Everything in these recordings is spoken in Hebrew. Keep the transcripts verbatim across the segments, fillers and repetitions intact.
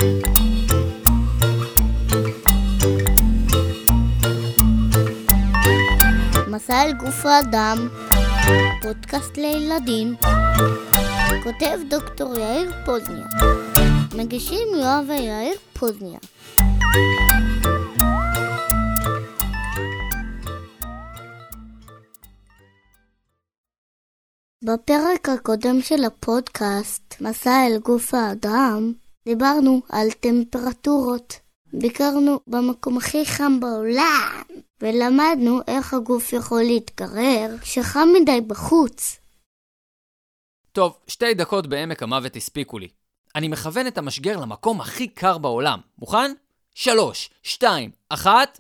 מסע אל גוף האדם, פודקאסט לילדים, כותב דוקטור יאיר פוזניה, מגישים יואב ויאיר פוזניה. בפרק הקודם של הפודקאסט, מסע אל גוף האדם, דיברנו על טמפרטורות. ביקרנו במקום הכי חם בעולם, ולמדנו איך הגוף יכול להתקרר כשחם מדי בחוץ. טוב, שתי דקות בעמק המוות הספיקו לי. אני מכוון את המשגר למקום הכי קר בעולם. מוכן? שלוש, שתיים, אחת.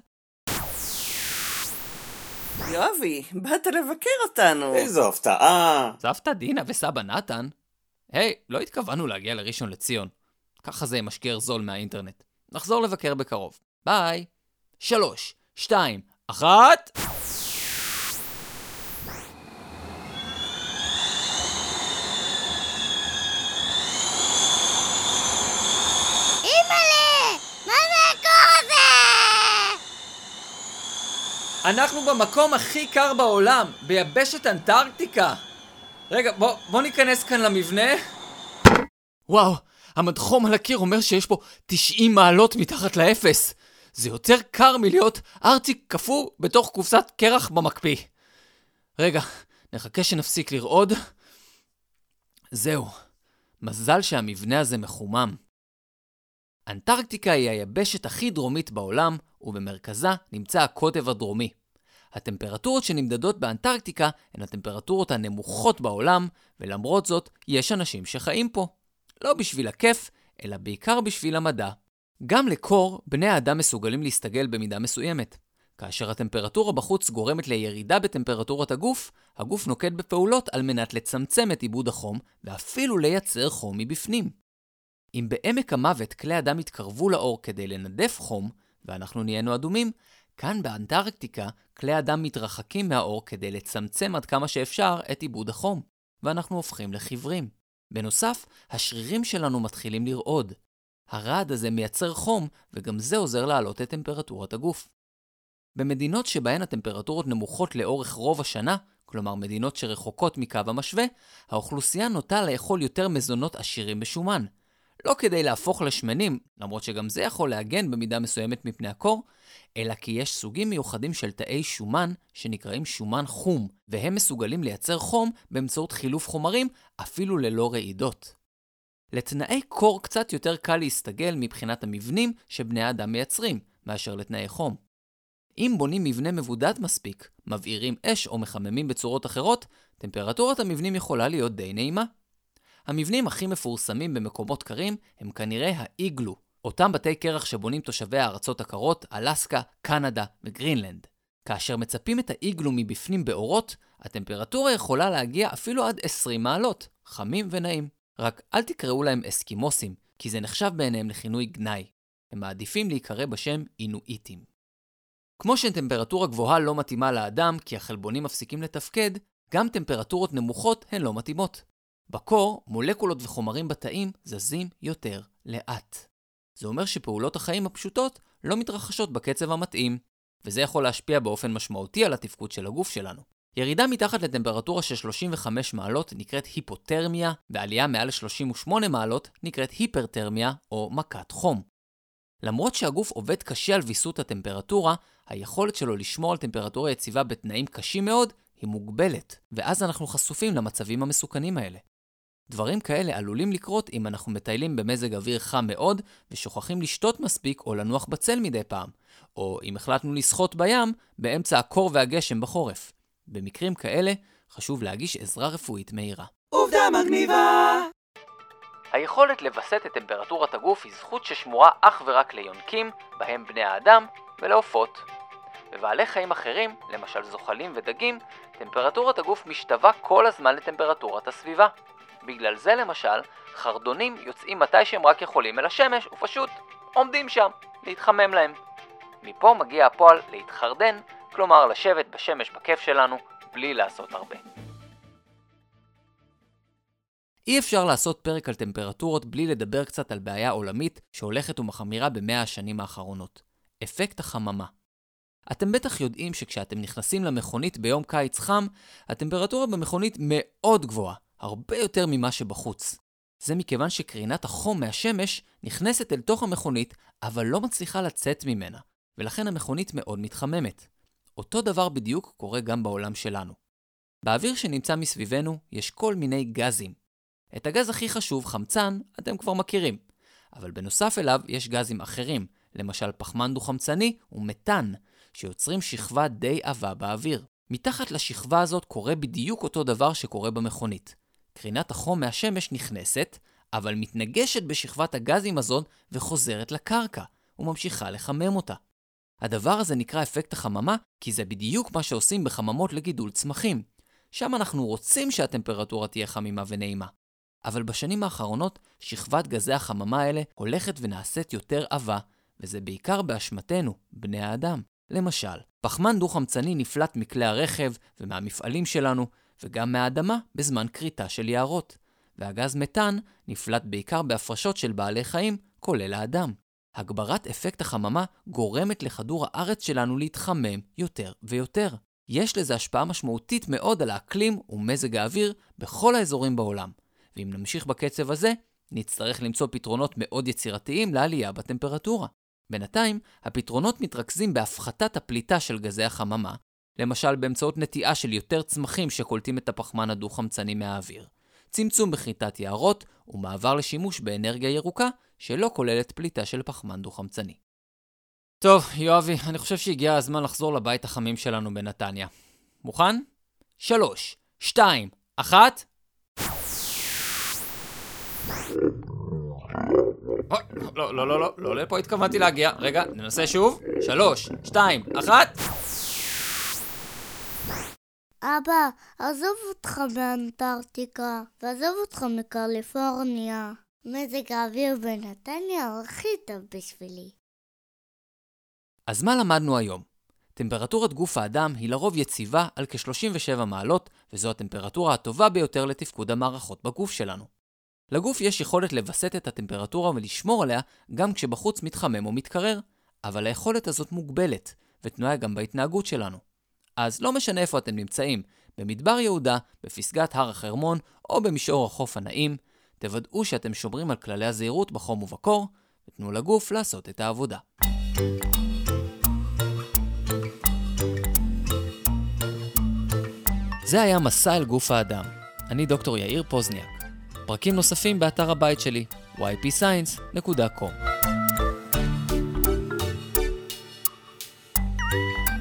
יואבי, באת לבקר אותנו. איזו הפתעה. סבתא דינה וסבא נתן. היי, לא התכוונו להגיע לראשון לציון. ככה זה משגר זול מהאינטרנט. נחזור לבקר בקרוב. ביי. שלוש, שתיים, אחת. אימא'לה! מה זה הקור הזה? אנחנו במקום הכי קר בעולם, ביבשת אנטארקטיקה. רגע, בוא, בוא ניכנס כאן למבנה. וואו, המדחום על הקיר אומר שיש פה תשעים מעלות מתחת לאפס. זה יותר קר מלהיות ארטיק קפוא בתוך קופסת קרח במקפיא. רגע, נחכה שנפסיק לרעוד. זהו, מזל שהמבנה הזה מחומם. אנטארקטיקה היא היבשת הכי דרומית בעולם, ובמרכזה נמצא הקוטב הדרומי. הטמפרטורות שנמדדות באנטארקטיקה הן הטמפרטורות הנמוכות בעולם, ולמרות זאת יש אנשים שחיים פה. לא בשביל הכיף, אלא בעיקר בשביל המדע. גם לקור, בני האדם מסוגלים להסתגל במידה מסוימת. כאשר הטמפרטורה בחוץ גורמת לירידה בטמפרטורת הגוף, הגוף נוקט בפעולות על מנת לצמצם את עיבוד החום, ואפילו לייצר חום מבפנים. אם בעמק המוות כלי אדם יתקרבו לאור כדי לנדף חום, ואנחנו נהיינו אדומים, כאן באנטארקטיקה כלי אדם מתרחקים מהאור כדי לצמצם עד כמה שאפשר את עיבוד החום, ואנחנו הופכים לחיוורים. בנוסף, השרירים שלנו מתחילים לרעוד. הרעד הזה מייצר חום, וגם זה עוזר להעלות את טמפרטורת הגוף. במדינות שבהן הטמפרטורות נמוכות לאורך רוב השנה, כלומר מדינות שרחוקות מקו המשווה, האוכלוסייה נוטה לאכול יותר מזונות עשירים בשומן. לא כדי להפוך לשמנים, למרות שגם זה יכול להגן במידה מסוימת מפני הקור, אלא כי יש סוגים מיוחדים של תאי שומן שנקראים שומן חום, והם מסוגלים לייצר חום באמצעות חילוף חומרים אפילו ללא רעידות. לתנאי קור קצת יותר קל להסתגל מבחינת המבנים שבני האדם מייצרים, מאשר לתנאי חום. אם בונים מבנה מבודד מספיק, מבעירים אש או מחממים בצורות אחרות, טמפרטורת המבנים יכולה להיות די נעימה. המבנים הכי מפורסמים במקומות קרים הם כנראה האיגלו, אותם בתי קרח שבונים תושבי הארצות הקרות, אלסקה, קנדה וגרינלנד. כאשר מצפים את האיגלו מבפנים באורות, הטמפרטורה יכולה להגיע אפילו עד עשרים מעלות, חמים ונעים. רק אל תקראו להם אסקימוסים, כי זה נחשב בעיניהם לכינוי גנאי. הם מעדיפים להיקרא בשם אינואיטים. כמו שטמפרטורה גבוהה לא מתאימה לאדם כי החלבונים מפסיקים לתפקד, גם טמפרטורות נמוכות הן לא מתאימות. בקור, מולקולות וחומרים בתאים זזים יותר לאט. זה אומר שפעולות החיים הפשוטות לא מתרחשות בקצב המתאים, וזה יכול להשפיע באופן משמעותי על התפקוד של הגוף שלנו. ירידה מתחת לטמפרטורה של שלושים וחמש מעלות נקראת היפותרמיה, ועלייה מעל שלושים ושמונה מעלות נקראת היפרתרמיה או מכת חום. למרות שהגוף עובד קשה על ויסות הטמפרטורה, היכולת שלו לשמור על טמפרטורה יציבה בתנאים קשים מאוד היא מוגבלת, ואז אנחנו חשופים למצבים המסוכנים האלה. דברים כאלה עלולים לקרות אם אנחנו מטיילים במזג אוויר חם מאוד ושוכחים לשתות מספיק או לנוח בצל מדי פעם, או אם החלטנו לשחות בים באמצע הקור והגשם בחורף. במקרים כאלה חשוב להגיש עזרה רפואית מהירה. עובדה מגניבה! היכולת לבסט את טמפרטורת הגוף היא זכות ששמורה אך ורק ליונקים, בהם בני האדם ולעופות. בבעלי חיים אחרים, למשל זוחלים ודגים, טמפרטורת הגוף משתווה כל הזמן לטמפרטורת הסביבה. בגלל זה למשל, חרדונים יוצאים מתי שהם רק יכולים אל השמש ופשוט עומדים שם, להתחמם להם. מפה מגיע הפועל להתחרדן, כלומר לשבת בשמש בכיף שלנו בלי לעשות הרבה. אי אפשר לעשות פרק על טמפרטורות בלי לדבר קצת על בעיה עולמית שהולכת ומחמירה במאה השנים האחרונות. אפקט החממה. אתם בטח יודעים שכשאתם נכנסים למכונית ביום קיץ חם, הטמפרטורה במכונית מאוד גבוהה, הרבה יותר ממה שבחוץ. זה מכיוון שקרינת החום מהשמש נכנסת אל תוך המכונית, אבל לא מצליחה לצאת ממנה, ולכן המכונית מאוד מתחממת. אותו דבר בדיוק קורה גם בעולם שלנו. באוויר שנמצא מסביבנו יש כל מיני גזים. את הגז הכי חשוב, חמצן, אתם כבר מכירים. אבל בנוסף אליו יש גזים אחרים, למשל פחמן דו-חמצני ומתאן, שיוצרים שכבה די עבה באוויר. מתחת לשכבה הזאת קורה בדיוק אותו דבר שקורה במכונית. קרינת החום מהשמש נכנסת, אבל מתנגשת בשכבת הגזים הזאת וחוזרת לקרקע, וממשיכה לחמם אותה. הדבר הזה נקרא אפקט החממה, כי זה בדיוק מה שעושים בחממות לגידול צמחים. שם אנחנו רוצים שהטמפרטורה תהיה חמימה ונעימה. אבל בשנים האחרונות, שכבת גזי החממה האלה הולכת ונעשית יותר עבה, וזה בעיקר באשמתנו, בני האדם. למשל, פחמן דו-חמצני נפלט מכלי הרכב ומהמפעלים שלנו, וגם מהאדמה בזמן קריטה של יערות. והגז מתאן נפלט בעיקר בהפרשות של בעלי חיים, כולל האדם. הגברת אפקט החממה גורמת לכדור הארץ שלנו להתחמם יותר ויותר. יש לזה השפעה משמעותית מאוד על האקלים ומזג האוויר בכל האזורים בעולם. ואם נמשיך בקצב הזה, נצטרך למצוא פתרונות מאוד יצירתיים לעלייה בטמפרטורה. בינתיים, הפתרונות מתרכזים בהפחתת הפליטה של גזי החממה, למשל באמצעות נטיעה של יותר צמחים שקולטים את הפחמן הדו-חמצני מהאוויר, צמצום בכריתת יערות ומעבר לשימוש באנרגיה ירוקה שלא כוללת פליטה של פחמן דו-חמצני. טוב, יואבי, אני חושב שהגיע הזמן לחזור לבית החמים שלנו בנתניה. מוכן? שלוש, שתיים, אחת. לא, לא, לא, לא, לא לפה התכוונתי להגיע. רגע, ננסה שוב. שלוש, שתיים, אחת. אבא, עזוב אותך באנטארקטיקה, ועזוב אותך מקליפורניה. מזג האוויר בנתניה הכי טוב בשבילי. אז מה למדנו היום? טמפרטורת גוף האדם היא לרוב יציבה על כ-שלושים ושבע מעלות, וזו הטמפרטורה הטובה ביותר לתפקוד המערכות בגוף שלנו. לגוף יש יכולת לבסט את הטמפרטורה ולשמור עליה גם כשבחוץ מתחמם או מתקרר, אבל היכולת הזאת מוגבלת, ותנועה גם בהתנהגות שלנו. אז לא משנה איפה אתם נמצאים, במדבר יהודה, בפסגת הר החרמון, או במישור החוף הנעים, תוודאו שאתם שומרים על כללי הזהירות בחום ובקור, ותנו לגוף לעשות את העבודה. זה היה מסע אל גוף האדם. אני דוקטור יאיר פוזניאק. פרקים נוספים באתר הבית שלי, וואי פי סיינס דוט קום.